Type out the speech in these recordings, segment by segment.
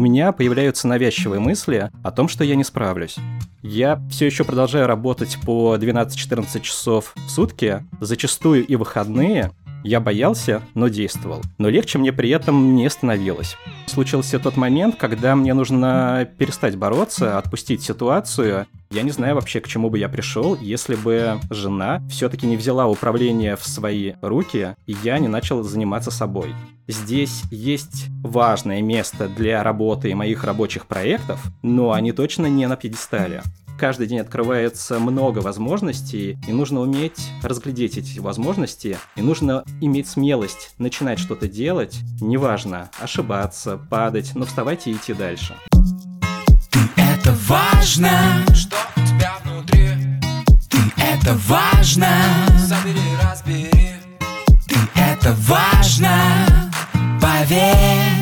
меня появляются навязчивые мысли о том, что я не справлюсь. Я все еще продолжаю работать по 12-14 часов в сутки, зачастую и выходные. Я боялся, но действовал. Но легче мне при этом не становилось. Случился тот момент, когда мне нужно перестать бороться, отпустить ситуацию. Я не знаю вообще, к чему бы я пришел, если бы жена все-таки не взяла управление в свои руки, и я не начал заниматься собой. Здесь есть важное место для работы и моих рабочих проектов, но они точно не на пьедестале. Каждый день открывается много возможностей, и нужно уметь разглядеть эти возможности, и нужно иметь смелость начинать что-то делать, неважно, ошибаться, падать, но вставать и идти дальше. Ты это важно, что у тебя внутри. Ты это важно, забери, разбери. Ты это важно, поверь.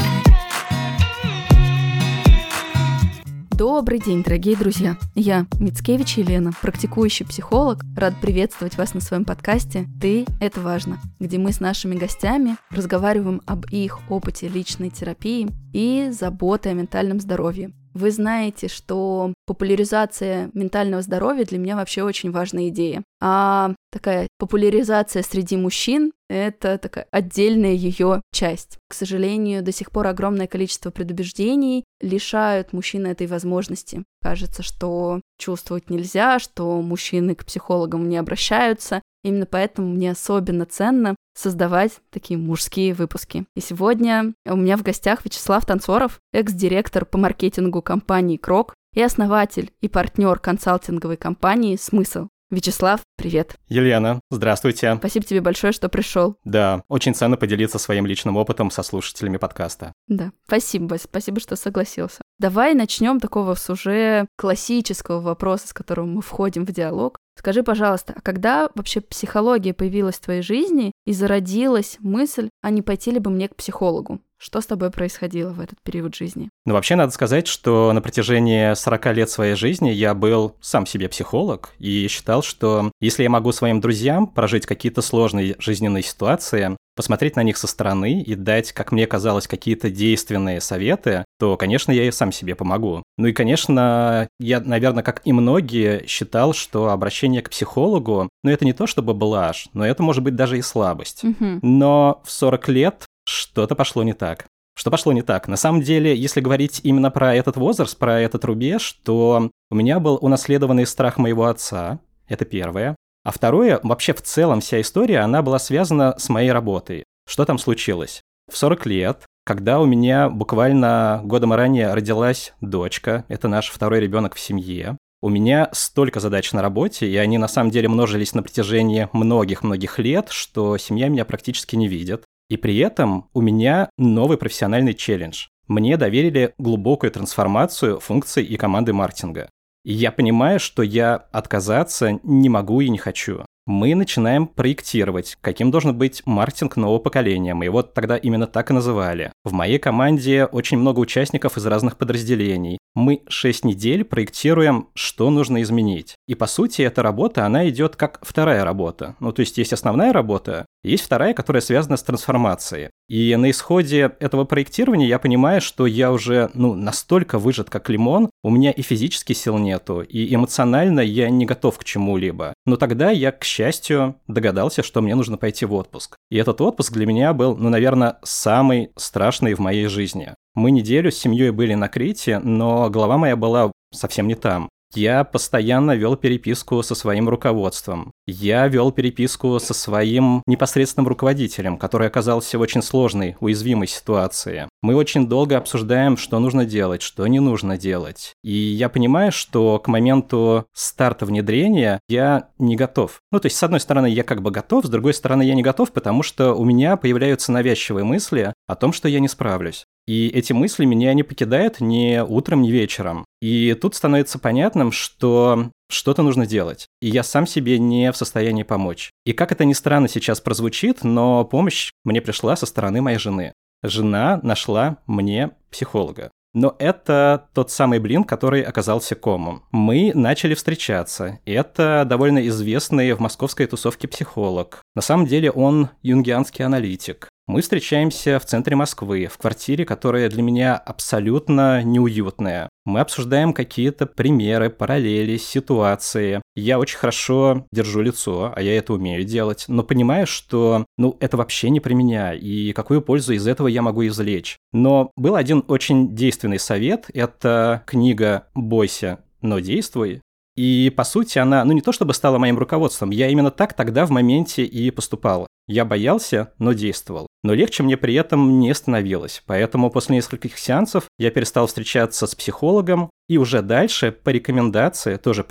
Добрый день, дорогие друзья! Я, Мицкевич Елена, практикующий психолог, рад приветствовать вас на своем подкасте «Ты – это важно», где мы с нашими гостями разговариваем об их опыте личной терапии и заботы о ментальном здоровье. Вы знаете, что популяризация ментального здоровья для меня вообще очень важная идея. А такая популяризация среди мужчин – это такая отдельная ее часть. К сожалению, до сих пор огромное количество предубеждений лишают мужчин этой возможности. Кажется, что чувствовать нельзя, что мужчины к психологам не обращаются. Именно поэтому мне особенно ценно создавать такие мужские выпуски. И сегодня у меня в гостях Вячеслав Танцоров, экс-директор по маркетингу компании «Крок» и основатель и партнер консалтинговой компании «Смысл». Вячеслав, привет. Елена, здравствуйте. Спасибо тебе большое, что пришел. Да, очень ценно поделиться своим личным опытом со слушателями подкаста. Да, спасибо, что согласился. Давай начнем такого с уже классического вопроса, с которым мы входим в диалог. Скажи, пожалуйста, а когда вообще психология появилась в твоей жизни и зародилась мысль, а не пойти ли бы мне к психологу? Что с тобой происходило в этот период жизни? Ну, вообще, надо сказать, что на протяжении 40 лет своей жизни я был сам себе психолог и считал, что если я могу своим друзьям прожить какие-то сложные жизненные ситуации, посмотреть на них со стороны и дать, как мне казалось, какие-то действенные советы, то, конечно, я и сам себе помогу. Ну и, конечно, я, наверное, как и многие, считал, что обращение к психологу, ну, это не то чтобы блажь, но это может быть даже и слабость. Но в 40 лет что-то пошло не так. Что пошло не так? На самом деле, если говорить именно про этот возраст, про этот рубеж, то у меня был унаследованный страх моего отца. Это первое. А второе, вообще в целом вся история, она была связана с моей работой. Что там случилось? В 40 лет, когда у меня буквально годом ранее родилась дочка, это наш второй ребенок в семье, у меня столько задач на работе, и они на самом деле множились на протяжении многих-многих лет, что семья меня практически не видит. И при этом у меня новый профессиональный челлендж. Мне доверили глубокую трансформацию функций и команды маркетинга. И я понимаю, что я отказаться не могу и не хочу. Мы начинаем проектировать, каким должен быть маркетинг нового поколения. Мы его тогда именно так и называли. В моей команде очень много участников из разных подразделений. Мы 6 недель проектируем, что нужно изменить. И по сути эта работа, она идет как вторая работа. Ну то есть основная работа, есть вторая, которая связана с трансформацией. И на исходе этого проектирования я понимаю, что я уже настолько выжат как лимон, у меня и физически сил нету, и эмоционально я не готов к чему-либо. Но тогда я, к счастью, догадался, что мне нужно пойти в отпуск. И этот отпуск для меня был, наверное, самый страшный в моей жизни. Мы неделю с семьей были на Крите, но голова моя была совсем не там. Я постоянно вел переписку со своим руководством. Я вел переписку со своим непосредственным руководителем, который оказался в очень сложной, уязвимой ситуации. Мы очень долго обсуждаем, что нужно делать, что не нужно делать. И я понимаю, что к моменту старта внедрения я не готов. Ну, то есть, с одной стороны, я как бы готов, с другой стороны, я не готов, потому что у меня появляются навязчивые мысли о том, что я не справлюсь. И эти мысли меня не покидают ни утром, ни вечером. И тут становится понятным, что что-то нужно делать. И я сам себе не в состоянии помочь. И как это ни странно сейчас прозвучит, но помощь мне пришла со стороны моей жены. Жена нашла мне психолога. Но это тот самый блин, который оказался комом. Мы начали встречаться. Это довольно известный в московской тусовке психолог. На самом деле он юнгианский аналитик. Мы встречаемся в центре Москвы, в квартире, которая для меня абсолютно неуютная. Мы обсуждаем какие-то примеры, параллели, ситуации. Я очень хорошо держу лицо, а я это умею делать, но понимаю, что, это вообще не про меня, и какую пользу из этого я могу извлечь. Но был один очень действенный совет, это книга «Бойся, но действуй». И, по сути, она, не то чтобы стала моим руководством, я именно так тогда в моменте и поступал. Я боялся, но действовал. Но легче мне при этом не становилось. Поэтому после нескольких сеансов я перестал встречаться с психологом, и уже дальше по рекомендации, тоже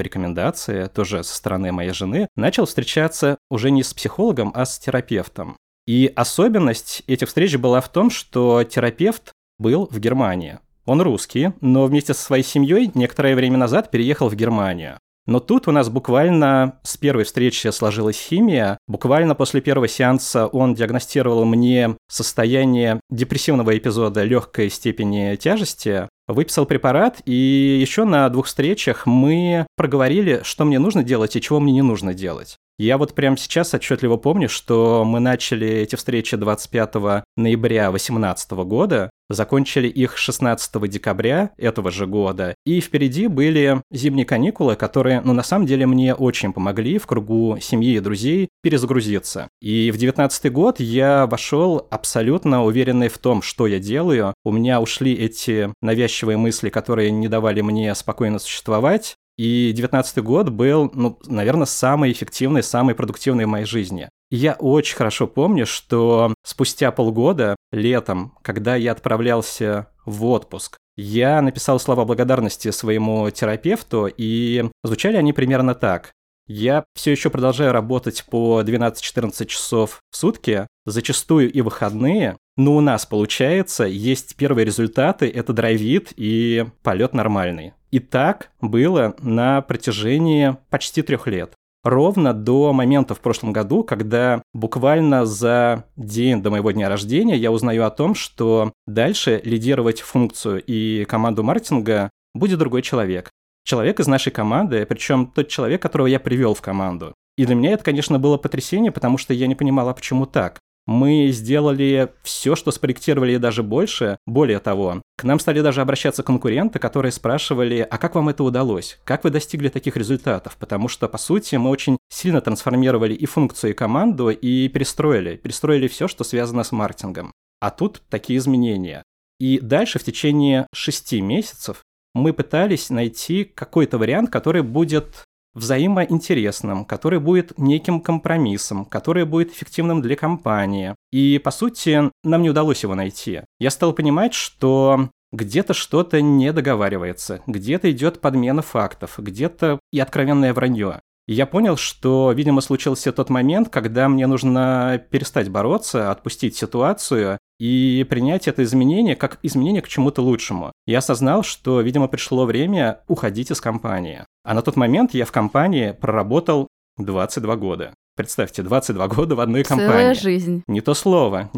со стороны моей жены, начал встречаться уже не с психологом, а с терапевтом. И особенность этих встреч была в том, что терапевт был в Германии. Он русский, но вместе со своей семьей некоторое время назад переехал в Германию. Но тут у нас буквально с первой встречи сложилась химия. Буквально после первого сеанса он диагностировал мне состояние депрессивного эпизода легкой степени тяжести, выписал препарат, и еще на 2 встречах мы проговорили, что мне нужно делать и чего мне не нужно делать. Я вот прямо сейчас отчетливо помню, что мы начали эти встречи 25 ноября 2018 года, закончили их 16 декабря этого же года, и впереди были зимние каникулы, которые, на самом деле мне очень помогли в кругу семьи и друзей перезагрузиться. И в 2019 год я вошел абсолютно уверенный в том, что я делаю. У меня ушли эти навязчивые мысли, которые не давали мне спокойно существовать. И 2019 год был, наверное, самый эффективный, самый продуктивный в моей жизни. И я очень хорошо помню, что спустя полгода, летом, когда я отправлялся в отпуск, я написал слова благодарности своему терапевту, и звучали они примерно так. Я все еще продолжаю работать по 12-14 часов в сутки, зачастую и выходные, но у нас получается, есть первые результаты, это драйвит и полет нормальный. И так было на протяжении почти 3 лет. Ровно до момента в прошлом году, когда буквально за день до моего дня рождения я узнаю о том, что дальше лидировать функцию и команду маркетинга будет другой человек. Человек из нашей команды, причем тот человек, которого я привел в команду. И для меня это, конечно, было потрясение, потому что я не понимала, почему так. Мы сделали все, что спроектировали, и даже больше. Более того, к нам стали даже обращаться конкуренты, которые спрашивали, а как вам это удалось? Как вы достигли таких результатов? Потому что, по сути, мы очень сильно трансформировали и функцию, и команду, и перестроили все, что связано с маркетингом. А тут такие изменения. И дальше в течение 6 месяцев мы пытались найти какой-то вариант, который будет взаимоинтересным, который будет неким компромиссом, который будет эффективным для компании. И, по сути, нам не удалось его найти. Я стал понимать, что где-то что-то не договаривается, где-то идет подмена фактов, где-то и откровенное вранье. И я понял, что, видимо, случился тот момент, когда мне нужно перестать бороться, отпустить ситуацию и принять это изменение как изменение к чему-то лучшему. Я осознал, что, видимо, пришло время уходить из компании. А на тот момент я в компании проработал 22 года. Представьте, 22 года в одной компании. Целая жизнь. Не то слово.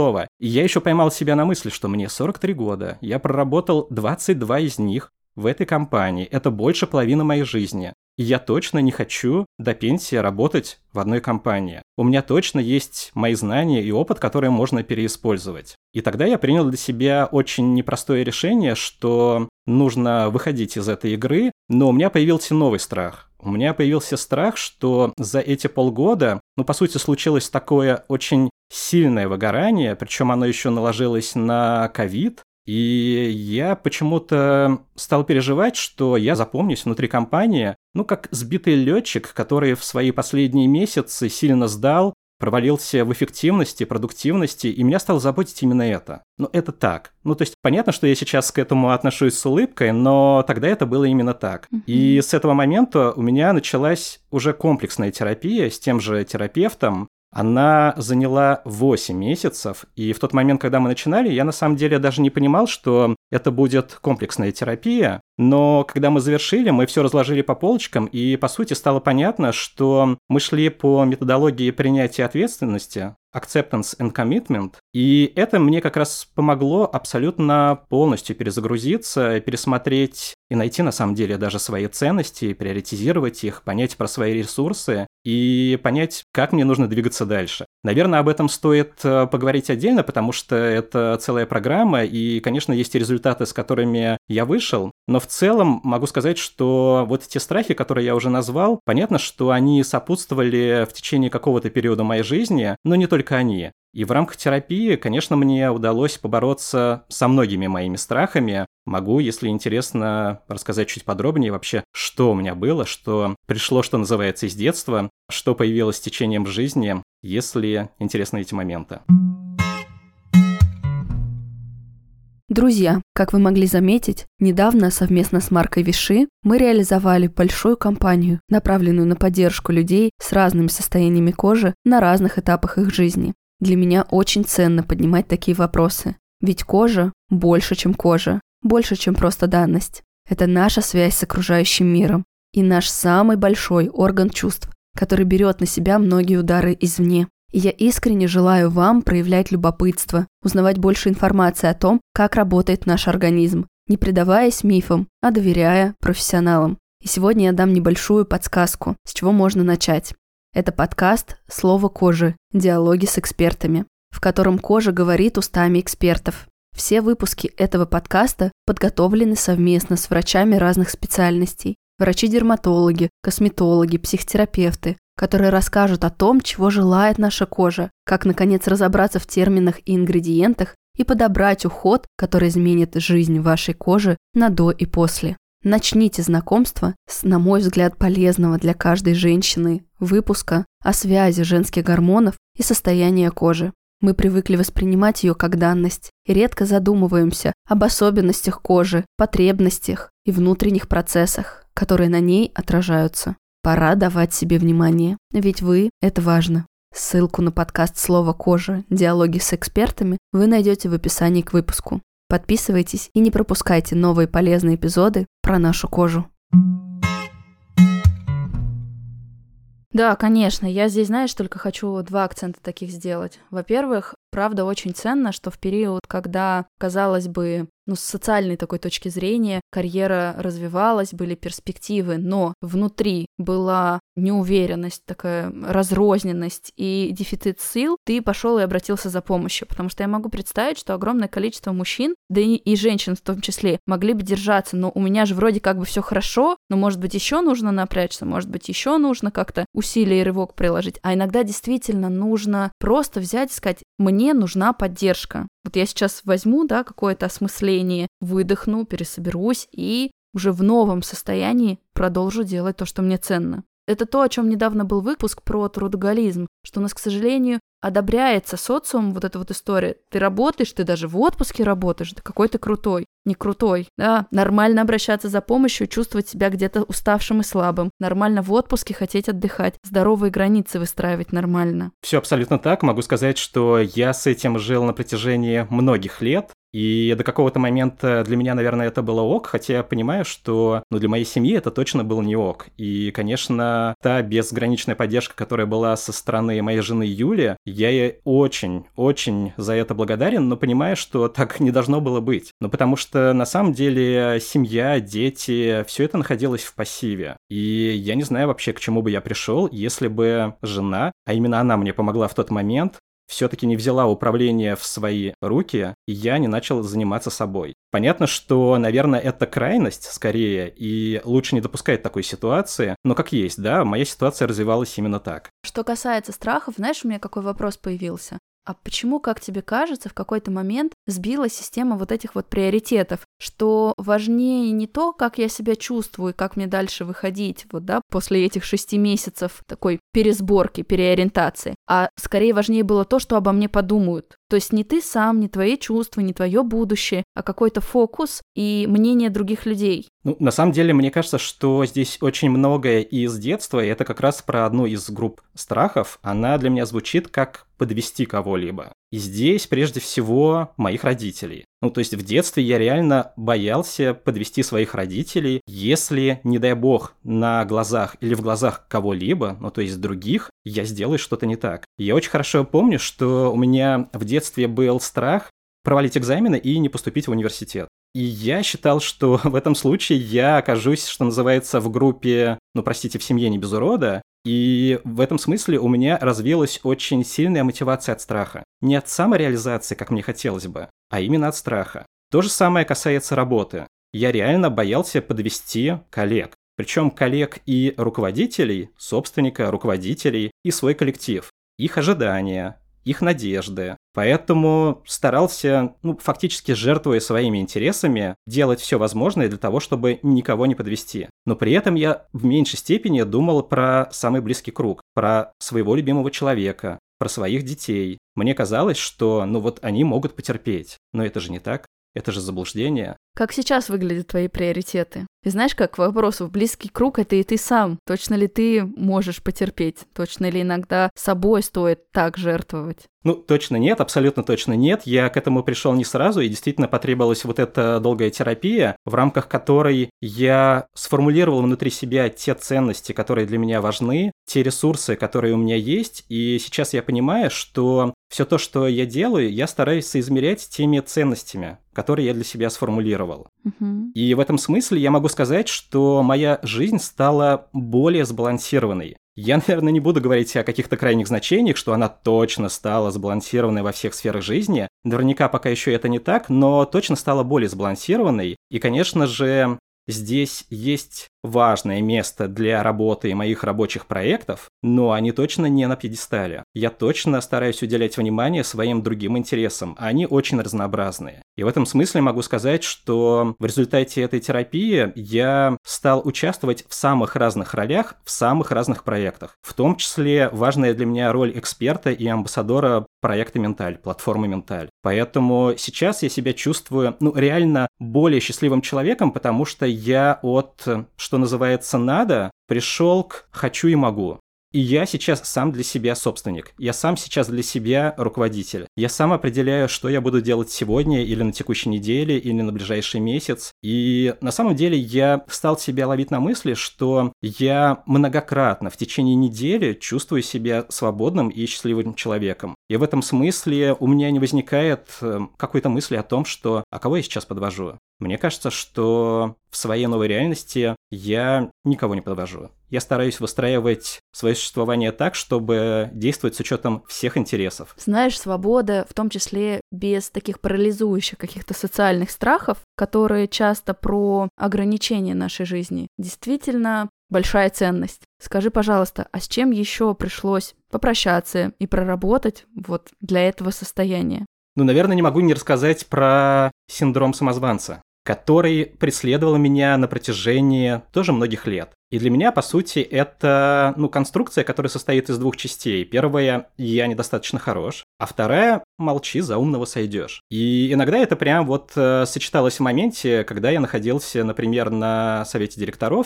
И я еще поймал себя на мысли, что мне 43 года. Я проработал 22 из них в этой компании. Это больше половины моей жизни. И я точно не хочу до пенсии работать в одной компании. У меня точно есть мои знания и опыт, которые можно переиспользовать. И тогда я принял для себя очень непростое решение, что нужно выходить из этой игры, но у меня появился новый страх. У меня появился страх, что за эти полгода, по сути, случилось такое очень сильное выгорание, причем оно еще наложилось на ковид. И я почему-то стал переживать, что я запомнюсь внутри компании, как сбитый летчик, который в свои последние месяцы сильно сдал, провалился в эффективности, продуктивности, и меня стало заботить именно это. Это так. То есть понятно, что я сейчас к этому отношусь с улыбкой, но тогда это было именно так. И с этого момента у меня началась уже комплексная терапия с тем же терапевтом. Она заняла 8 месяцев, и в тот момент, когда мы начинали, я на самом деле даже не понимал, что это будет комплексная терапия, но когда мы завершили, мы все разложили по полочкам, и, по сути, стало понятно, что мы шли по методологии принятия ответственности, Acceptance and Commitment. И это мне как раз помогло абсолютно полностью перезагрузиться, пересмотреть и найти на самом деле даже свои ценности, приоритизировать их, понять про свои ресурсы и понять, как мне нужно двигаться дальше. Наверное, об этом стоит поговорить отдельно, потому что это целая программа, и, конечно, есть и результаты, с которыми я вышел, но в целом могу сказать, что вот те страхи, которые я уже назвал, понятно, что они сопутствовали в течение какого-то периода моей жизни, но не только они. И в рамках терапии, конечно, мне удалось побороться со многими моими страхами. Могу, если интересно, рассказать чуть подробнее вообще, что у меня было, что пришло, что называется, из детства, что появилось с течением жизни, если интересны эти моменты. Друзья, как вы могли заметить, недавно совместно с маркой Виши мы реализовали большую кампанию, направленную на поддержку людей с разными состояниями кожи на разных этапах их жизни. Для меня очень ценно поднимать такие вопросы, ведь кожа больше, чем кожа, больше, чем просто данность. Это наша связь с окружающим миром и наш самый большой орган чувств, который берет на себя многие удары извне. И я искренне желаю вам проявлять любопытство, узнавать больше информации о том, как работает наш организм, не предаваясь мифам, а доверяя профессионалам. И сегодня я дам небольшую подсказку, с чего можно начать. Это подкаст «Слово кожи. Диалоги с экспертами», в котором кожа говорит устами экспертов. Все выпуски этого подкаста подготовлены совместно с врачами разных специальностей. Врачи-дерматологи, косметологи, психотерапевты, которые расскажут о том, чего желает наша кожа, как, наконец, разобраться в терминах и ингредиентах и подобрать уход, который изменит жизнь вашей кожи на до и после. Начните знакомство с, на мой взгляд, полезного для каждой женщины выпуска о связи женских гормонов и состояния кожи. Мы привыкли воспринимать ее как данность и редко задумываемся об особенностях кожи, потребностях и внутренних процессах, которые на ней отражаются. Пора давать себе внимание, ведь вы – это важно. Ссылку на подкаст «Слово кожа. Диалоги с экспертами» вы найдете в описании к выпуску. Подписывайтесь и не пропускайте новые полезные эпизоды про нашу кожу. Да, конечно, я здесь, знаешь, только хочу 2 акцента таких сделать. Во-первых, правда очень ценно, что в период, когда, казалось бы, с социальной такой точки зрения карьера развивалась, были перспективы, но внутри была неуверенность, такая разрозненность и дефицит сил, ты пошел и обратился за помощью, потому что я могу представить, что огромное количество мужчин, да и женщин в том числе, могли бы держаться, но у меня же вроде как бы все хорошо, но может быть еще нужно напрячься, может быть еще нужно как-то усилие и рывок приложить, а иногда действительно нужно просто взять и сказать: мне нужна поддержка. Вот я сейчас возьму, какое-то осмысление, выдохну, пересоберусь и уже в новом состоянии продолжу делать то, что мне ценно. Это то, о чем недавно был выпуск про трудоголизм, что у нас, к сожалению, одобряется социумом вот эта вот история. Ты работаешь, ты даже в отпуске работаешь, да какой ты крутой. Не крутой, да, нормально обращаться за помощью, чувствовать себя где-то уставшим и слабым, нормально в отпуске хотеть отдыхать, здоровые границы выстраивать нормально. Все абсолютно так. Могу сказать, что я с этим жил на протяжении многих лет, и до какого-то момента для меня, наверное, это было ок, хотя я понимаю, что для моей семьи это точно было не ок. И, конечно, та безграничная поддержка, которая была со стороны моей жены Юли, я ей очень за это благодарен, но понимаю, что так не должно было быть. Потому что на самом деле семья, дети, все это находилось в пассиве. И я не знаю вообще, к чему бы я пришел, если бы жена, а именно она мне помогла в тот момент, все-таки не взяла управление в свои руки, и я не начал заниматься собой. Понятно, что, наверное, это крайность скорее, и лучше не допускать такой ситуации, но как есть, моя ситуация развивалась именно так. Что касается страхов, знаешь, у меня какой вопрос появился? А почему, как тебе кажется, в какой-то момент сбилась система вот этих вот приоритетов, что важнее не то, как я себя чувствую, как мне дальше выходить, после этих 6 месяцев такой пересборки, переориентации, а скорее важнее было то, что обо мне подумают. То есть не ты сам, не твои чувства, не твое будущее, а какой-то фокус и мнение других людей. На самом деле, мне кажется, что здесь очень многое из детства, и это как раз про одну из групп страхов, она для меня звучит как подвести кого-либо. И здесь, прежде всего, моих родителей. То есть в детстве я реально боялся подвести своих родителей, если, не дай бог, на глазах или в глазах кого-либо, то есть других, я сделаю что-то не так. так. Я очень хорошо помню, что у меня в детстве был страх провалить экзамены и не поступить в университет. И я считал, что в этом случае я окажусь, что называется, в группе, в семье не без урода. И в этом смысле у меня развилась очень сильная мотивация от страха. Не от самореализации, как мне хотелось бы, а именно от страха. То же самое касается работы. Я реально боялся подвести коллег. Причем коллег и руководителей, собственника, руководителей и свой коллектив. Их ожидания, их надежды. Поэтому старался, фактически жертвуя своими интересами, делать все возможное для того, чтобы никого не подвести. Но при этом я в меньшей степени думал про самый близкий круг, про своего любимого человека, про своих детей. Мне казалось, что, они могут потерпеть. Но это же не так. Это же заблуждение. Как сейчас выглядят твои приоритеты? И знаешь, как к вопросу, в близкий круг это и ты сам. Точно ли ты можешь потерпеть? Точно ли иногда собой стоит так жертвовать? Точно нет, абсолютно точно нет. Я к этому пришел не сразу, и действительно потребовалась вот эта долгая терапия, в рамках которой я сформулировал внутри себя те ценности, которые для меня важны, те ресурсы, которые у меня есть, и сейчас я понимаю, что все то, что я делаю, я стараюсь соизмерять теми ценностями, которые я для себя сформулировал. И в этом смысле я могу сказать, что моя жизнь стала более сбалансированной. Я, наверное, не буду говорить о каких-то крайних значениях, что она точно стала сбалансированной во всех сферах жизни. Наверняка пока еще это не так, но точно стала более сбалансированной. И, конечно же, здесь есть важное место для работы и моих рабочих проектов, но они точно не на пьедестале. Я точно стараюсь уделять внимание своим другим интересам, а они очень разнообразные. И в этом смысле могу сказать, что в результате этой терапии я стал участвовать в самых разных ролях, в самых разных проектах. В том числе важная для меня роль эксперта и амбассадора проекта «Менталь», платформы «Менталь». Поэтому сейчас я себя чувствую, реально более счастливым человеком, потому что я от, что называется, надо, пришел к хочу и могу. И я сейчас сам для себя собственник. Я сам сейчас для себя руководитель. Я сам определяю, что я буду делать сегодня или на текущей неделе, или на ближайший месяц. И на самом деле я стал себя ловить на мысли, что я многократно в течение недели чувствую себя свободным и счастливым человеком. И в этом смысле у меня не возникает какой-то мысли о том, что «а кого я сейчас подвожу?». Мне кажется, что в своей новой реальности я никого не подвожу. Я стараюсь выстраивать свое существование так, чтобы действовать с учетом всех интересов. Знаешь, свобода, в том числе без таких парализующих каких-то социальных страхов, которые часто про ограничение нашей жизни, действительно большая ценность. Скажи, пожалуйста, а с чем еще пришлось попрощаться и проработать вот для этого состояния? Наверное, не могу не рассказать про синдром самозванца, который преследовал меня на протяжении тоже многих лет. И для меня, по сути, это, конструкция, которая состоит из двух частей. Первая – я недостаточно хорош, а вторая – молчи, за умного сойдешь. И иногда это прям сочеталось в моменте, когда я находился, например, на совете директоров,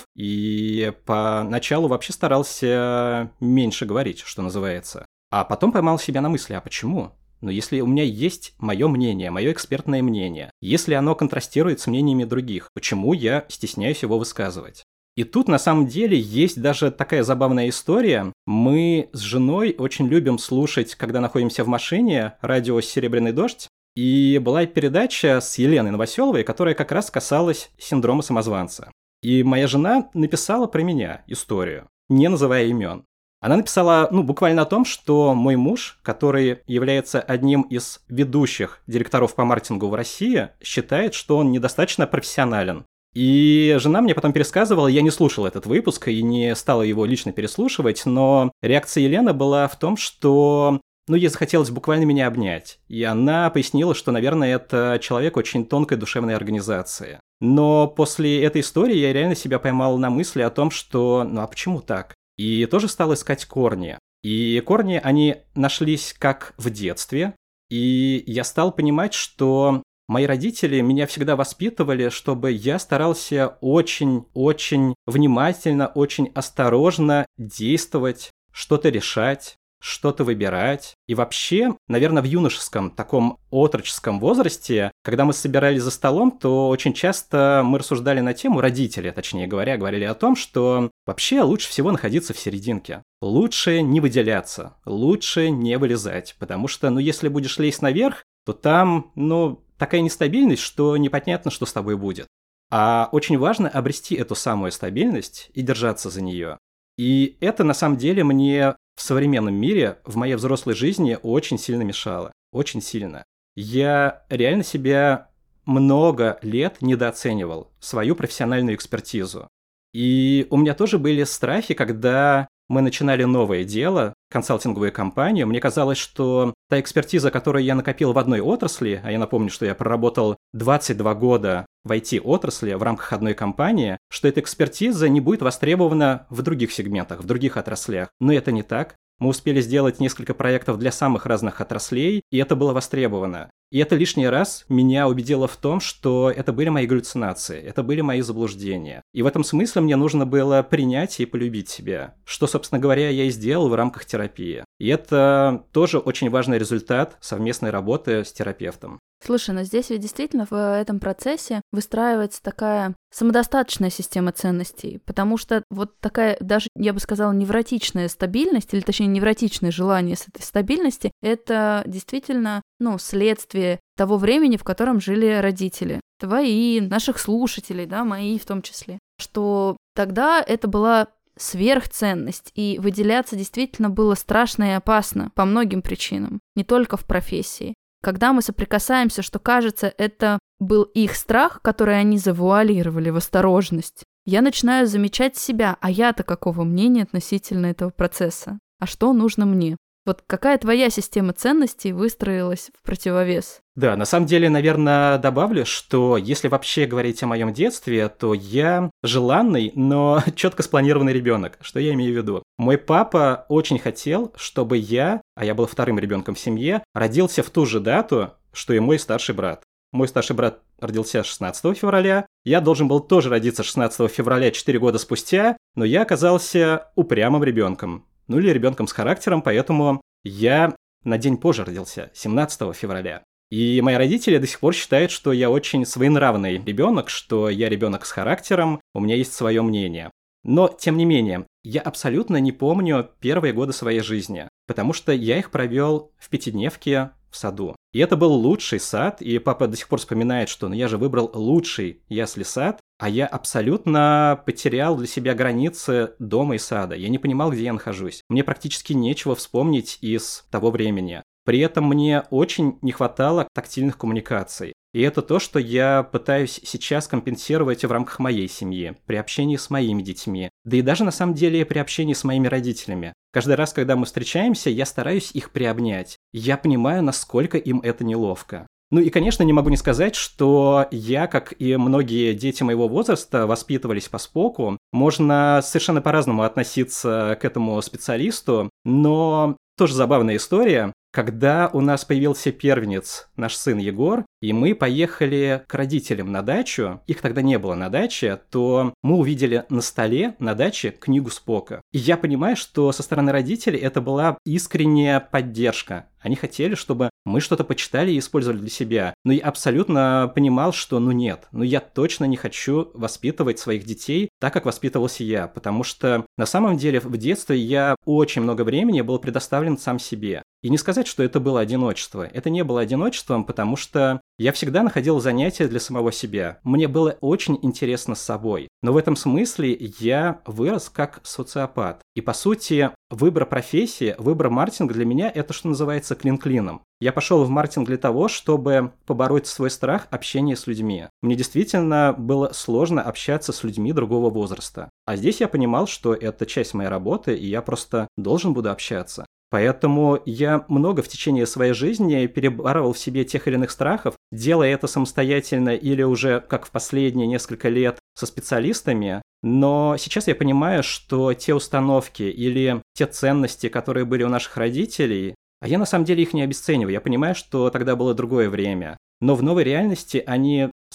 и поначалу вообще старался меньше говорить, что называется. А потом поймал себя на мысли, а почему? Но если у меня есть мое мнение, мое экспертное мнение, если оно контрастирует с мнениями других, почему я стесняюсь его высказывать? И тут на самом деле есть даже такая забавная история. Мы с женой очень любим слушать, когда находимся в машине, радио «Серебряный дождь». И была передача с Еленой Новоселовой, которая как раз касалась синдрома самозванца. И моя жена написала про меня историю, не называя имен. Она написала, буквально о том, что мой муж, который является одним из ведущих директоров по маркетингу в России, считает, что он недостаточно профессионален. И жена мне потом пересказывала, я не слушал этот выпуск и не стала его лично переслушивать, но реакция Елены была в том, что, ей захотелось буквально меня обнять. И она пояснила, что, наверное, это человек очень тонкой душевной организации. Но после этой истории я реально себя поймал на мысли о том, что, а почему так? И тоже стал искать корни. И корни, они нашлись как в детстве. И я стал понимать, что мои родители меня всегда воспитывали, чтобы я старался очень-очень внимательно, очень осторожно действовать, что-то решать, что-то выбирать. И вообще, наверное, в юношеском, таком отроческом возрасте, когда мы собирались за столом, то очень часто мы рассуждали на тему, родители, точнее говоря, говорили о том, что вообще лучше всего находиться в серединке. Лучше не выделяться, лучше не вылезать, потому что, если будешь лезть наверх, то там, такая нестабильность, что непонятно, что с тобой будет. А очень важно обрести эту самую стабильность и держаться за нее. И это, на самом деле, мне в современном мире, в моей взрослой жизни очень сильно мешало. Очень сильно. Я реально себя много лет недооценивал, свою профессиональную экспертизу. И у меня тоже были страхи, когда мы начинали новое дело, консалтинговую компанию. Мне казалось, что та экспертиза, которую я накопил в одной отрасли, а я напомню, что я проработал 22 года в IT-отрасли в рамках одной компании, что эта экспертиза не будет востребована в других сегментах, в других отраслях. Но это не так. Мы успели сделать несколько проектов для самых разных отраслей, и это было востребовано. И это лишний раз меня убедило в том, что это были мои галлюцинации, это были мои заблуждения. И в этом смысле мне нужно было принять и полюбить себя, что, собственно говоря, я и сделал в рамках терапии. И это тоже очень важный результат совместной работы с терапевтом. Слушай, но здесь ведь действительно в этом процессе выстраивается такая самодостаточная система ценностей, потому что вот такая, даже, я бы сказала, невротичная стабильность, или точнее невротичное желание с этой стабильности, это действительно, следствие того времени, в котором жили родители, твои, наших слушателей, да, мои в том числе, что тогда это была сверхценность, и выделяться действительно было страшно и опасно по многим причинам, не только в профессии. Когда мы соприкасаемся, что кажется, это был их страх, который они завуалировали в осторожность, я начинаю замечать себя, а я-то какого мнения относительно этого процесса? А что нужно мне? Вот какая твоя система ценностей выстроилась в противовес? Да, на самом деле, наверное, добавлю, что если вообще говорить о моем детстве, то я желанный, но четко спланированный ребенок. Что я имею в виду? Мой папа очень хотел, чтобы я, а я был вторым ребенком в семье, родился в ту же дату, что и мой старший брат. Мой старший брат родился 16 февраля, я должен был тоже родиться 16 февраля 4 года спустя, но я оказался упрямым ребенком. Или ребенком с характером, поэтому я на день позже родился, 17 февраля. И мои родители до сих пор считают, что я очень своенравный ребенок, что я ребенок с характером, у меня есть свое мнение. Но, тем не менее, я абсолютно не помню первые годы своей жизни, потому что я их провел в пятидневке в саду. И это был лучший сад, и папа до сих пор вспоминает, что я же выбрал лучший ясли-сад, а я абсолютно потерял для себя границы дома и сада. Я не понимал, где я нахожусь. Мне практически нечего вспомнить из того времени. При этом мне очень не хватало тактильных коммуникаций. И это то, что я пытаюсь сейчас компенсировать в рамках моей семьи, при общении с моими детьми, да и даже на самом деле при общении с моими родителями. Каждый раз, когда мы встречаемся, я стараюсь их приобнять. Я понимаю, насколько им это неловко. И, конечно, не могу не сказать, что я, как и многие дети моего возраста, воспитывались по СПОКу. Можно совершенно по-разному относиться к этому специалисту, но тоже забавная история. Когда у нас появился первенец, наш сын Егор, и мы поехали к родителям на дачу, их тогда не было на даче, то мы увидели на столе на даче книгу Спока. И я понимаю, что со стороны родителей это была искренняя поддержка. Они хотели, чтобы мы что-то почитали и использовали для себя. Но я абсолютно понимал, что нет, я точно не хочу воспитывать своих детей так, как воспитывался я, потому что на самом деле в детстве я очень много времени был предоставлен сам себе. И не сказать, что это было одиночество. Это не было одиночеством, потому что я всегда находил занятия для самого себя. Мне было очень интересно с собой. Но в этом смысле я вырос как социопат. И по сути, выбор профессии, выбор маркетинга для меня это, что называется, клин-клином. Я пошел в маркетинг для того, чтобы побороть свой страх общения с людьми. Мне действительно было сложно общаться с людьми другого возраста. А здесь я понимал, что это часть моей работы, и я просто должен буду общаться. Поэтому я много в течение своей жизни перебарывал в себе тех или иных страхов, делая это самостоятельно или уже, как в последние несколько лет, со специалистами. Но сейчас я понимаю, что те установки или те ценности, которые были у наших родителей, а я на самом деле их не обесцениваю. Я понимаю, что тогда было другое время. Но в новой реальности они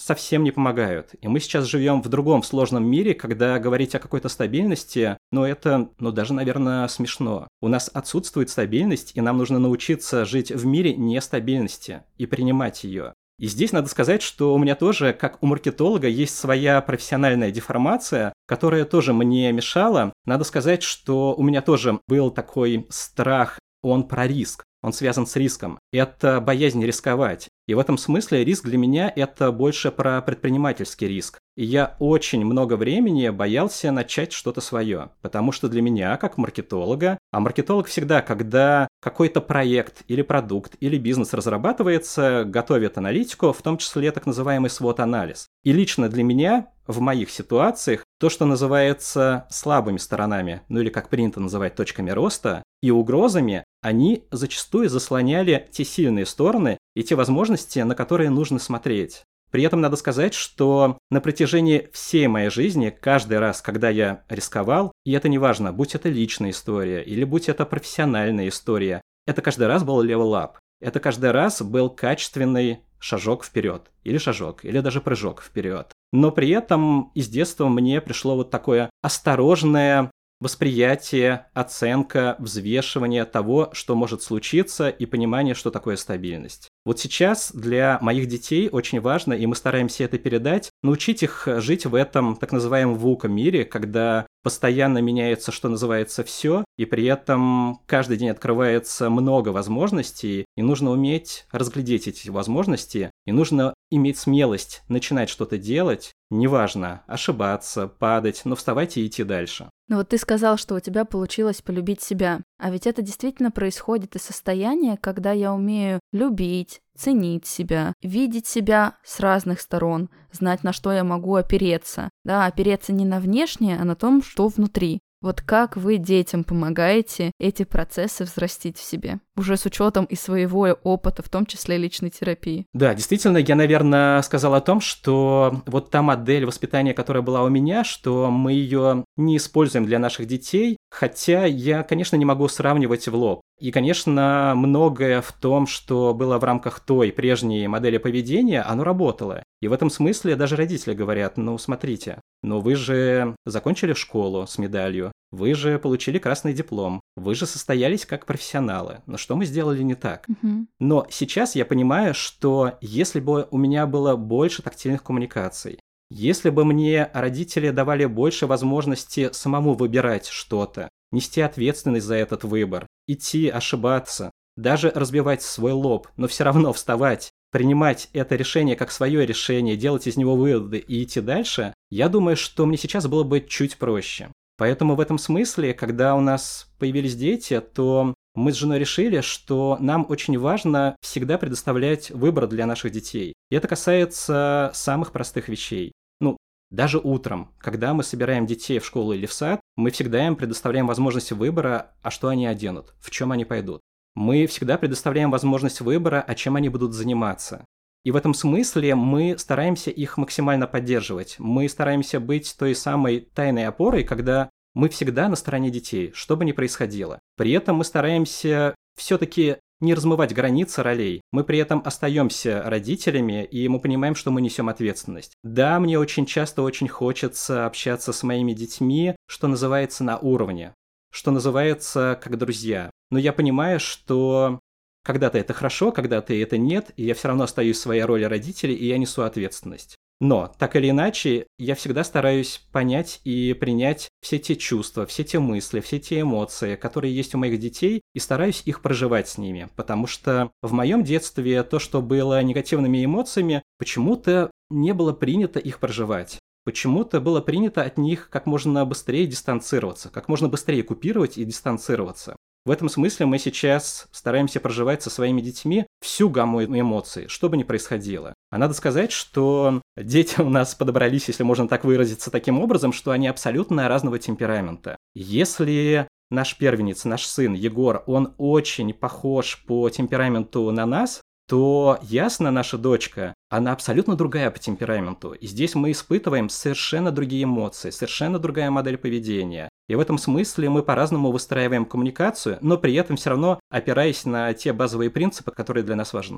совсем не помогают. И мы сейчас живем в другом сложном мире, когда говорить о какой-то стабильности, это, даже, наверное, смешно. У нас отсутствует стабильность, и нам нужно научиться жить в мире нестабильности и принимать ее. И здесь надо сказать, что у меня тоже, как у маркетолога, есть своя профессиональная деформация, которая тоже мне мешала. Надо сказать, что у меня тоже был такой страх, он про риск. Он связан с риском. Это боязнь рисковать. И в этом смысле риск для меня – это больше про предпринимательский риск. И я очень много времени боялся начать что-то свое. Потому что для меня, как маркетолога, а маркетолог всегда, когда какой-то проект или продукт или бизнес разрабатывается, готовит аналитику, в том числе так называемый SWOT-анализ. И лично для меня в моих ситуациях то, что называется слабыми сторонами, или как принято называть точками роста, и угрозами, они зачастую заслоняли те сильные стороны и те возможности, на которые нужно смотреть. При этом надо сказать, что на протяжении всей моей жизни, каждый раз, когда я рисковал, и это неважно, будь это личная история или будь это профессиональная история, это каждый раз был level up. Это каждый раз был качественный шажок вперед, или даже прыжок вперед. Но при этом из детства мне пришло такое осторожное восприятие, оценка, взвешивание того, что может случиться, и понимание, что такое стабильность. Вот сейчас для моих детей очень важно, и мы стараемся это передать, научить их жить в этом так называемом VUCA-мире, когда постоянно меняется, что называется, все, и при этом каждый день открывается много возможностей, и нужно уметь разглядеть эти возможности, и нужно иметь смелость начинать что-то делать, неважно, ошибаться, падать, но вставать и идти дальше. Вот ты сказал, что у тебя получилось полюбить себя. А ведь это действительно происходит из состояния, когда я умею любить, ценить себя, видеть себя с разных сторон, знать, на что я могу опереться. Да, опереться не на внешнее, а на том, что внутри. Вот как вы детям помогаете эти процессы взрастить в себе? Уже с учетом и своего опыта, в том числе личной терапии. Да, действительно, я, наверное, сказал о том, что вот та модель воспитания, которая была у меня, что мы ее не используем для наших детей, хотя я, конечно, не могу сравнивать в лоб. И, конечно, многое в том, что было в рамках той прежней модели поведения, оно работало. И в этом смысле даже родители говорят, смотрите, вы же закончили школу с медалью, вы же получили красный диплом, вы же состоялись как профессионалы. Но что мы сделали не так? Но сейчас я понимаю, что если бы у меня было больше тактильных коммуникаций, если бы мне родители давали больше возможности самому выбирать что-то, нести ответственность за этот выбор, идти, ошибаться, даже разбивать свой лоб, но все равно вставать, принимать это решение как свое решение, делать из него выводы и идти дальше, я думаю, что мне сейчас было бы чуть проще. Поэтому в этом смысле, когда у нас появились дети, то мы с женой решили, что нам очень важно всегда предоставлять выбор для наших детей. И это касается самых простых вещей. Даже утром, когда мы собираем детей в школу или в сад, мы всегда им предоставляем возможность выбора, а что они оденут, в чем они пойдут. Мы всегда предоставляем возможность выбора, а чем они будут заниматься. И в этом смысле мы стараемся их максимально поддерживать. Мы стараемся быть той самой тайной опорой, когда мы всегда на стороне детей, что бы ни происходило. При этом мы стараемся все-таки не размывать границы ролей. Мы при этом остаемся родителями, и мы понимаем, что мы несем ответственность. Да, мне очень часто очень хочется общаться с моими детьми, что называется, на уровне, что называется, как друзья. Но я понимаю, что когда-то это хорошо, когда-то это нет, и я все равно остаюсь в своей роли родителя, и я несу ответственность. Но, так или иначе, я всегда стараюсь понять и принять все те чувства, все те мысли, все те эмоции, которые есть у моих детей, и стараюсь их проживать с ними. Потому что в моем детстве то, что было негативными эмоциями, почему-то не было принято их проживать. Почему-то было принято от них как можно быстрее дистанцироваться, как можно быстрее купировать и дистанцироваться. В этом смысле мы сейчас стараемся проживать со своими детьми всю гамму эмоций, что бы ни происходило. А надо сказать, что дети у нас подобрались, если можно так выразиться, таким образом, что они абсолютно разного темперамента. Если наш первенец, наш сын Егор, он очень похож по темпераменту на нас, то ясно, наша дочка, она абсолютно другая по темпераменту. И здесь мы испытываем совершенно другие эмоции, совершенно другая модель поведения. И в этом смысле мы по-разному выстраиваем коммуникацию, но при этом все равно опираясь на те базовые принципы, которые для нас важны.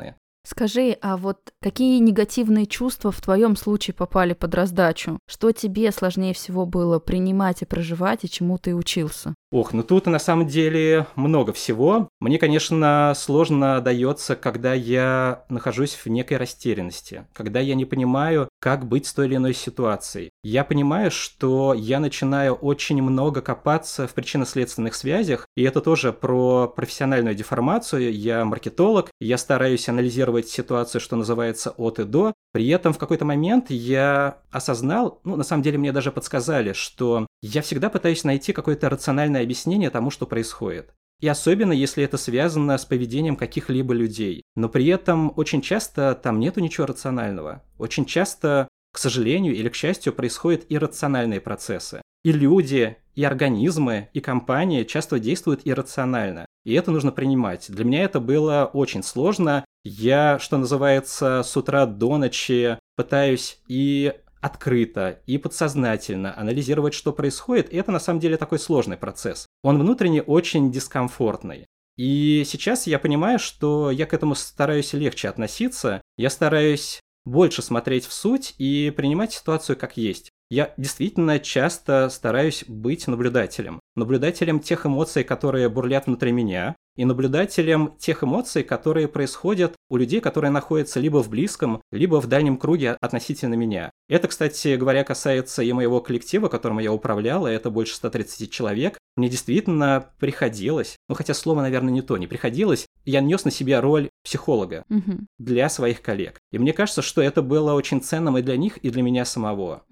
Скажи, а вот какие негативные чувства в твоем случае попали под раздачу? Что тебе сложнее всего было принимать и проживать, и чему ты учился? Ох, ну тут на самом деле много всего. Мне, конечно, сложно дается, когда я нахожусь в некой растерянности, когда я не понимаю, как быть с той или иной ситуацией. Я понимаю, что я начинаю очень много копаться в причинно-следственных связях, и это тоже про профессиональную деформацию. Я маркетолог, я стараюсь анализировать ситуацию, что называется, от и до. При этом в какой-то момент я осознал, на самом деле мне даже подсказали, что я всегда пытаюсь найти какое-то рациональное объяснение тому, что происходит. И особенно, если это связано с поведением каких-либо людей. Но при этом очень часто там нету ничего рационального. Очень часто, к сожалению или к счастью, происходят иррациональные процессы. И люди, и организмы, и компании часто действуют иррационально. И это нужно принимать. Для меня это было очень сложно. Я, что называется, с утра до ночи пытаюсь и открыто и подсознательно анализировать, что происходит, и это на самом деле такой сложный процесс. Он внутренне очень дискомфортный. И сейчас я понимаю, что я к этому стараюсь легче относиться, я стараюсь больше смотреть в суть и принимать ситуацию как есть. Я действительно часто стараюсь быть наблюдателем. Наблюдателем тех эмоций, которые бурлят внутри меня, и наблюдателем тех эмоций, которые происходят у людей, которые находятся либо в близком, либо в дальнем круге относительно меня. Это, кстати говоря, касается и моего коллектива, которым я управлял, и это больше 130 человек. Мне действительно приходилось, хотя слово, наверное, не приходилось, я нес на себя роль психолога для своих коллег. И мне кажется, что это было очень ценным и для них, и для меня самого.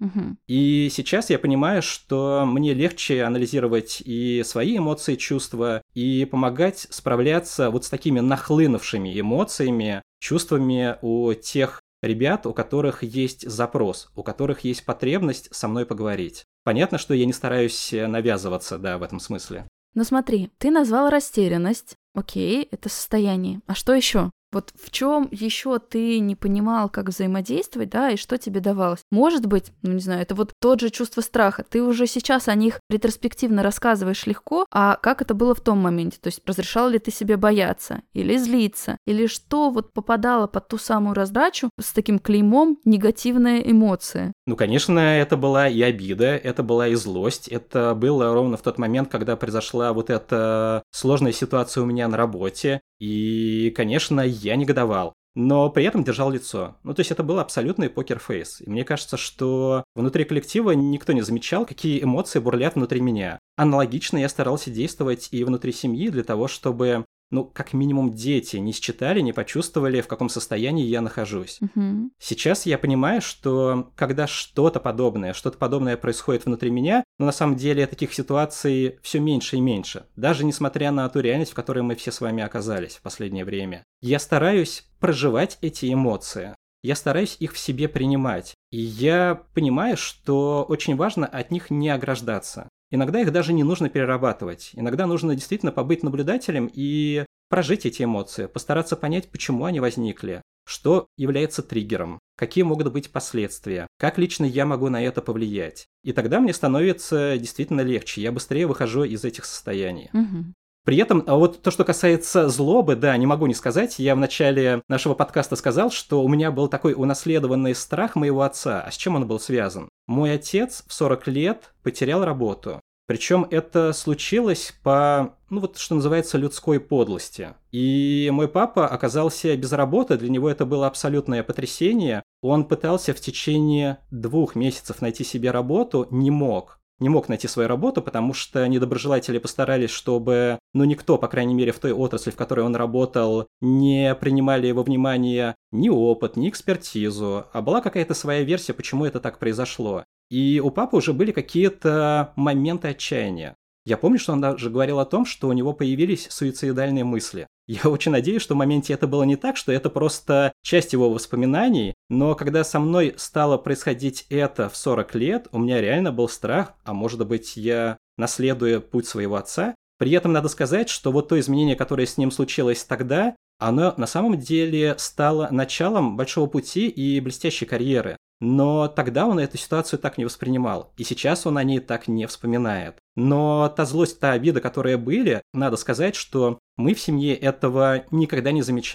И сейчас я понимаю, что мне легче анализировать и свои эмоции, чувства, и помогать справляться вот с такими нахлынувшими эмоциями, чувствами у тех ребят, у которых есть запрос, у которых есть потребность со мной поговорить. Понятно, что я не стараюсь навязываться, в этом смысле. Но смотри, ты назвал растерянность. Окей, это состояние. А что еще? Вот в чем еще ты не понимал, как взаимодействовать, и что тебе давалось? Может быть, это вот тот же чувство страха. Ты уже сейчас о них ретроспективно рассказываешь легко, а как это было в том моменте? То есть разрешал ли ты себе бояться или злиться? Или что вот попадало под ту самую раздачу с таким клеймом негативная эмоция? Конечно, это была и обида, это была и злость. Это было ровно в тот момент, когда произошла вот эта сложная ситуация у меня на работе. И, конечно, я негодовал, но при этом держал лицо. То есть это был абсолютный покер-фейс. И мне кажется, что внутри коллектива никто не замечал, какие эмоции бурлят внутри меня. Аналогично я старался действовать и внутри семьи для того, чтобы, как минимум дети не считали, не почувствовали, в каком состоянии я нахожусь. Сейчас я понимаю, что когда что-то подобное происходит внутри меня, но на самом деле таких ситуаций все меньше и меньше. Даже несмотря на ту реальность, в которой мы все с вами оказались в последнее время. Я стараюсь проживать эти эмоции. Я стараюсь их в себе принимать. И я понимаю, что очень важно от них не ограждаться. Иногда их даже не нужно перерабатывать. Иногда нужно действительно побыть наблюдателем и прожить эти эмоции, постараться понять, почему они возникли, что является триггером, какие могут быть последствия, как лично я могу на это повлиять. И тогда мне становится действительно легче, я быстрее выхожу из этих состояний. При этом, вот то, что касается злобы, не могу не сказать, я в начале нашего подкаста сказал, что у меня был такой унаследованный страх моего отца. А с чем он был связан? Мой отец в 40 лет потерял работу. Причем это случилось по, что называется, людской подлости. И мой папа оказался без работы, для него это было абсолютное потрясение. Он пытался в течение 2 месяцев найти себе работу, не мог найти свою работу, потому что недоброжелатели постарались, чтобы, никто, по крайней мере, в той отрасли, в которой он работал, не принимали во внимание ни опыт, ни экспертизу, а была какая-то своя версия, почему это так произошло. И у папы уже были какие-то моменты отчаяния. Я помню, что он даже говорил о том, что у него появились суицидальные мысли. Я очень надеюсь, что в моменте это было не так, что это просто часть его воспоминаний, но когда со мной стало происходить это в 40 лет, у меня реально был страх, а может быть я наследую путь своего отца. При этом надо сказать, что вот то изменение, которое с ним случилось тогда, оно на самом деле стало началом большого пути и блестящей карьеры. Но тогда он эту ситуацию так не воспринимал, и сейчас он о ней так не вспоминает. Но та злость, та обида, которые были, надо сказать, что мы в семье этого никогда не замечали.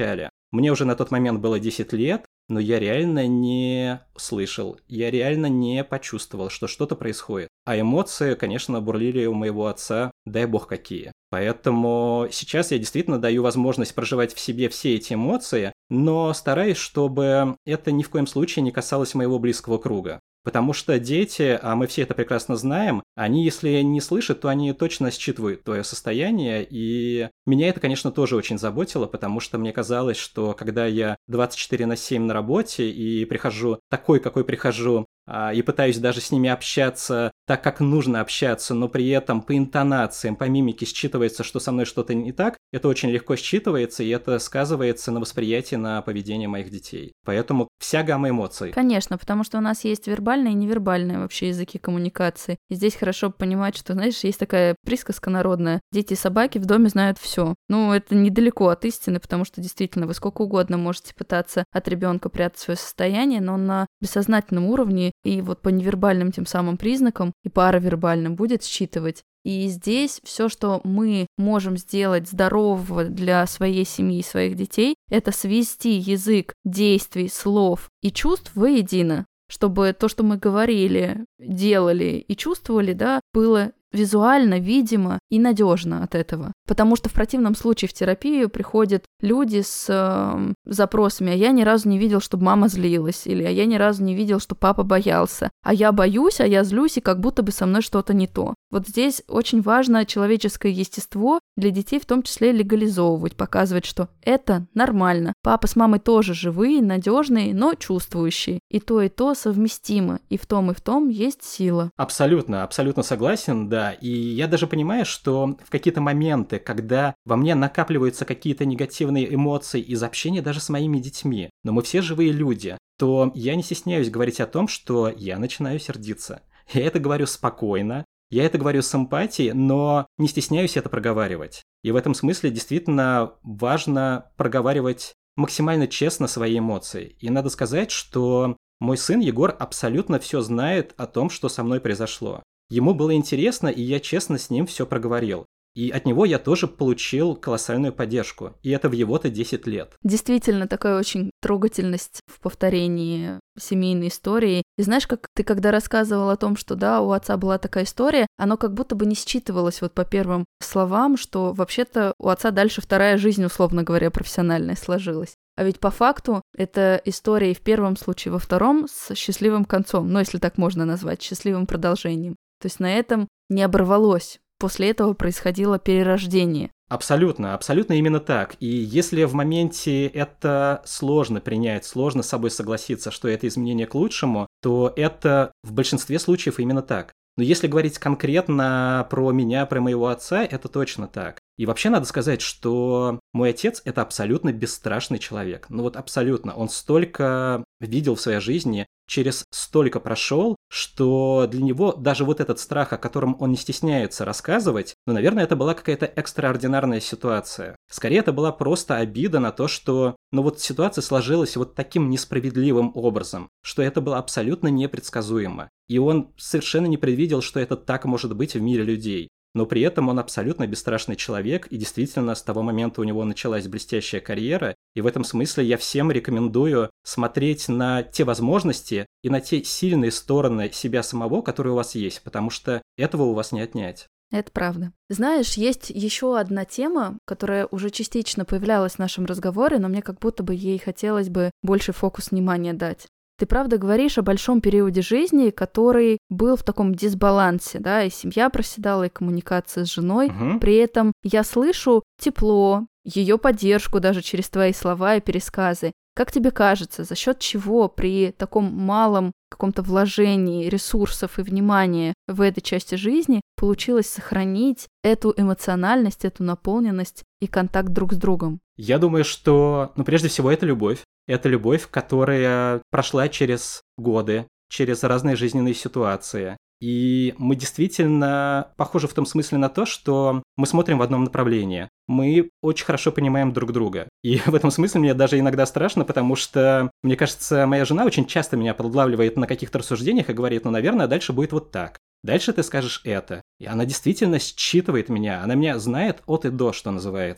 Мне уже на тот момент было 10 лет, но я реально не слышал, я реально не почувствовал, что что-то происходит. А эмоции, конечно, бурлили у моего отца, дай бог какие. Поэтому сейчас я действительно даю возможность проживать в себе все эти эмоции, но стараюсь, чтобы это ни в коем случае не касалось моего близкого круга. Потому что дети, а мы все это прекрасно знаем, они, если не слышат, то они точно считывают твое состояние. И меня это, конечно, тоже очень заботило, потому что мне казалось, что когда я 24/7 на работе и прихожу такой, какой прихожу, и пытаюсь даже с ними общаться так, как нужно общаться, но при этом по интонациям, по мимике считывается, что со мной что-то не так, это очень легко считывается, и это сказывается на восприятии, на поведении моих детей. Поэтому вся гамма эмоций. Конечно, потому что у нас есть вербальные и невербальные вообще языки коммуникации. И здесь хорошо понимать, что, знаешь, есть такая присказка народная: дети и собаки в доме знают все. Ну, это недалеко от истины, потому что действительно вы сколько угодно можете пытаться от ребенка прятать свое состояние, но на бессознательном уровне и вот по невербальным тем самым признакам и паравербальным будет считывать. И здесь все, что мы можем сделать здорового для своей семьи и своих детей, это свести язык действий, слов и чувств воедино, чтобы то, что мы говорили, делали и чувствовали, да, было визуально, видимо и надежно от этого. Потому что в противном случае в терапию приходят люди с запросами: а я ни разу не видел, чтобы мама злилась, или а я ни разу не видел, что папа боялся, а я боюсь, а я злюсь, и как будто бы со мной что-то не то. Вот здесь очень важно человеческое естество для детей в том числе легализовывать, показывать, что это нормально. Папа с мамой тоже живые, надежные, но чувствующие. И то совместимо. И в том есть сила. Абсолютно, абсолютно согласен, да. И я даже понимаю, что в какие-то моменты, когда во мне накапливаются какие-то негативные эмоции из общения даже с моими детьми, но мы все живые люди, то я не стесняюсь говорить о том, что я начинаю сердиться. Я это говорю спокойно, я это говорю с эмпатией, но не стесняюсь это проговаривать. И в этом смысле действительно важно проговаривать максимально честно свои эмоции. И надо сказать, что мой сын Егор абсолютно все знает о том, что со мной произошло. Ему было интересно, и я честно с ним все проговорил. И от него я тоже получил колоссальную поддержку. И это в его-то 10 лет. Действительно, такая очень трогательность в повторении семейной истории. И знаешь, как ты когда рассказывал о том, что да, у отца была такая история, оно как будто бы не считывалось вот по первым словам, что вообще-то у отца дальше вторая жизнь, условно говоря, профессиональная сложилась. А ведь по факту это история и в первом случае, во втором с счастливым концом, ну, если так можно назвать, счастливым продолжением. То есть на этом не оборвалось. После этого происходило перерождение. Абсолютно, абсолютно именно так. И если в моменте это сложно принять, сложно с собой согласиться, что это изменение к лучшему, то это в большинстве случаев именно так. Но если говорить конкретно про меня, про моего отца, это точно так. И вообще надо сказать, что мой отец – это абсолютно бесстрашный человек. Ну вот абсолютно. Он столько видел в своей жизни, через столько прошел, что для него даже вот этот страх, о котором он не стесняется рассказывать, ну, наверное, это была какая-то экстраординарная ситуация. Скорее, это была просто обида на то, что, ну вот ситуация сложилась вот таким несправедливым образом, что это было абсолютно непредсказуемо. И он совершенно не предвидел, что это так может быть в мире людей. Но при этом он абсолютно бесстрашный человек, и действительно с того момента у него началась блестящая карьера, и в этом смысле я всем рекомендую смотреть на те возможности и на те сильные стороны себя самого, которые у вас есть, потому что этого у вас не отнять. Это правда. Знаешь, есть еще одна тема, которая уже частично появлялась в нашем разговоре, но мне как будто бы ей хотелось бы больше фокус внимания дать. Ты правда говоришь о большом периоде жизни, который был в таком дисбалансе, да, и семья проседала, и коммуникация с женой. При этом я слышу тепло, ее поддержку даже через твои слова и пересказы. Как тебе кажется, за счет чего при таком малом каком-то вложении ресурсов и внимания в этой части жизни получилось сохранить эту эмоциональность, эту наполненность и контакт друг с другом? Я думаю, что, прежде всего, это любовь. Это любовь, которая прошла через годы, через разные жизненные ситуации. И мы действительно похожи в том смысле на то, что мы смотрим в одном направлении. Мы очень хорошо понимаем друг друга. И в этом смысле мне даже иногда страшно, потому что, мне кажется, моя жена очень часто меня подлавливает на каких-то рассуждениях и говорит: наверное, дальше будет вот так. Дальше ты скажешь это. И она действительно считывает меня. Она меня знает от и до, что называется.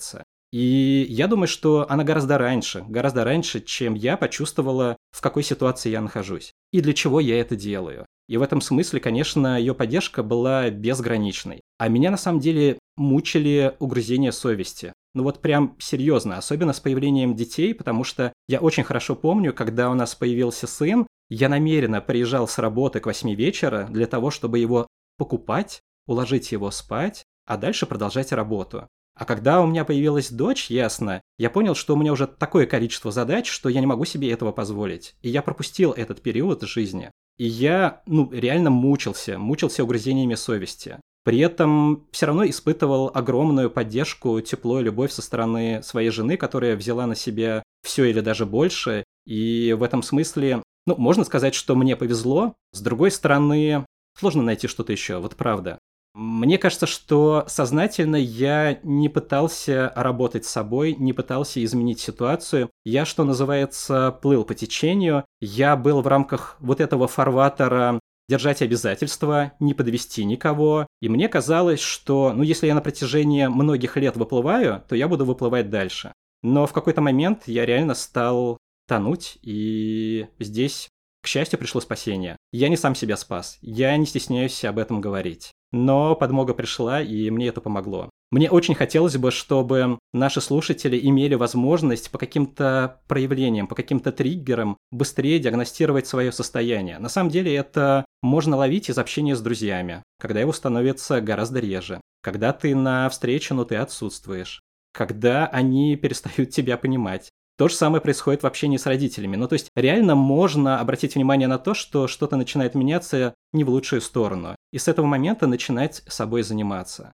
И я думаю, что она гораздо раньше, чем я почувствовала, в какой ситуации я нахожусь и для чего я это делаю. И в этом смысле, конечно, ее поддержка была безграничной. А меня на самом деле мучили угрызения совести. Ну вот прям серьезно, особенно с появлением детей, потому что я очень хорошо помню, когда у нас появился сын, я намеренно приезжал с работы к 8 вечера для того, чтобы его покупать, уложить его спать, а дальше продолжать работу. А когда у меня появилась дочь, ясно, я понял, что у меня уже такое количество задач, что я не могу себе этого позволить. И я пропустил этот период жизни. И я, реально мучился угрызениями совести. При этом все равно испытывал огромную поддержку, тепло и любовь со стороны своей жены, которая взяла на себя все или даже больше. И в этом смысле, можно сказать, что мне повезло. С другой стороны, сложно найти что-то еще, вот правда. Мне кажется, что сознательно я не пытался работать с собой, не пытался изменить ситуацию. Я, что называется, плыл по течению. Я был в рамках вот этого фарватера держать обязательства, не подвести никого. И мне казалось, что, если я на протяжении многих лет выплываю, то я буду выплывать дальше. Но в какой-то момент я реально стал тонуть, и здесь, к счастью, пришло спасение. Я не сам себя спас, я не стесняюсь об этом говорить. Но подмога пришла, и мне это помогло. Мне очень хотелось бы, чтобы наши слушатели имели возможность по каким-то проявлениям, по каким-то триггерам быстрее диагностировать свое состояние. На самом деле это можно ловить из общения с друзьями, когда его становится гораздо реже. Когда ты на встрече, но ты отсутствуешь. Когда они перестают тебя понимать. То же самое происходит в общении с родителями. То есть реально можно обратить внимание на то, что что-то начинает меняться не в лучшую сторону. И с этого момента начинать собой заниматься.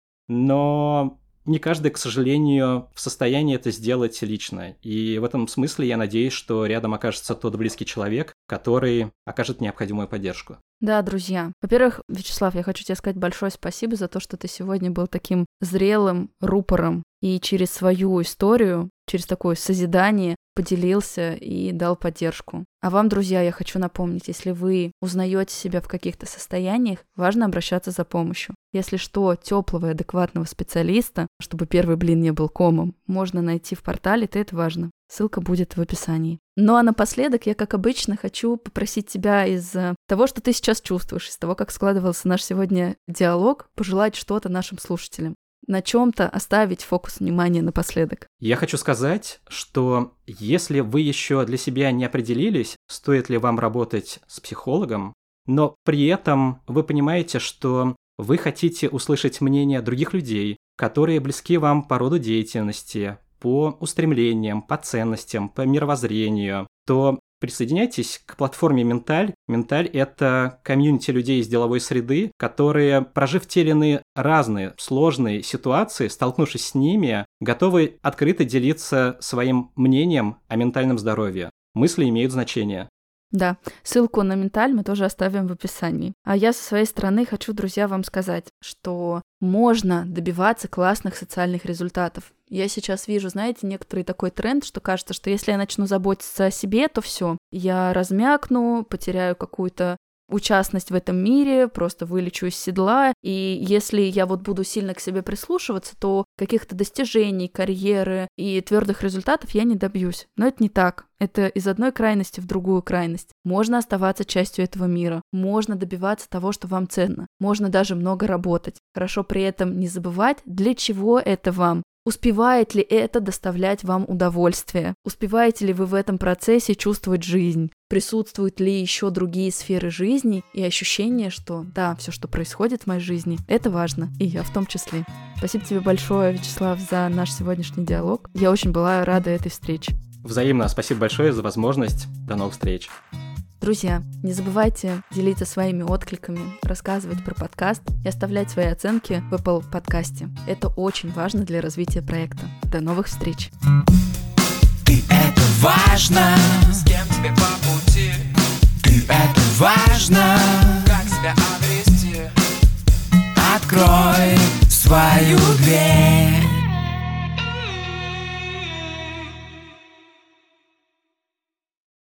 Но не каждый, к сожалению, в состоянии это сделать лично. И в этом смысле я надеюсь, что рядом окажется тот близкий человек, который окажет необходимую поддержку. Да, друзья. Во-первых, Вячеслав, я хочу тебе сказать большое спасибо за то, что ты сегодня был таким зрелым рупором и через свою историю, через такое созидание поделился и дал поддержку. А вам, друзья, я хочу напомнить, если вы узнаете себя в каких-то состояниях, важно обращаться за помощью. Если что, теплого и адекватного специалиста, чтобы первый блин не был комом, можно найти в портале, то это важно. Ссылка будет в описании. Ну а напоследок я, как обычно, хочу попросить тебя из того, что ты сейчас чувствуешь, из того, как складывался наш сегодня диалог, пожелать что-то нашим слушателям. На чем-то оставить фокус внимания напоследок. Я хочу сказать, что если вы еще для себя не определились, стоит ли вам работать с психологом, но при этом вы понимаете, что вы хотите услышать мнение других людей, которые близки вам по роду деятельности, по устремлениям, по ценностям, по мировоззрению, то присоединяйтесь к платформе Менталь. Менталь – это комьюнити людей из деловой среды, которые, прожив те или иные разные сложные ситуации, столкнувшись с ними, готовы открыто делиться своим мнением о ментальном здоровье. Мысли имеют значение. Да, ссылку на Менталь мы тоже оставим в описании. А я со своей стороны хочу, друзья, вам сказать, что можно добиваться классных социальных результатов. Я сейчас вижу, знаете, некоторый такой тренд, что кажется, что если я начну заботиться о себе, то все, я размякну, потеряю какую-то участность в этом мире, просто вылечу из седла, и если я буду сильно к себе прислушиваться, то каких-то достижений, карьеры и твердых результатов я не добьюсь. Но это не так. Это из одной крайности в другую крайность. Можно оставаться частью этого мира, можно добиваться того, что вам ценно, можно даже много работать. Хорошо при этом не забывать, для чего это вам. Успевает ли это доставлять вам удовольствие? Успеваете ли вы в этом процессе чувствовать жизнь? Присутствуют ли еще другие сферы жизни и ощущение, что да, все, что происходит в моей жизни, это важно, и я в том числе. Спасибо тебе большое, Вячеслав, за наш сегодняшний диалог. Я очень была рада этой встрече. Взаимно. Спасибо большое за возможность. До новых встреч. Друзья, не забывайте делиться своими откликами, рассказывать про подкаст и оставлять свои оценки в Apple подкасте. Это очень важно для развития проекта. До новых встреч! Ты это важно, с кем тебе по пути. Ты это важно, как себя обрести. Открой свою дверь.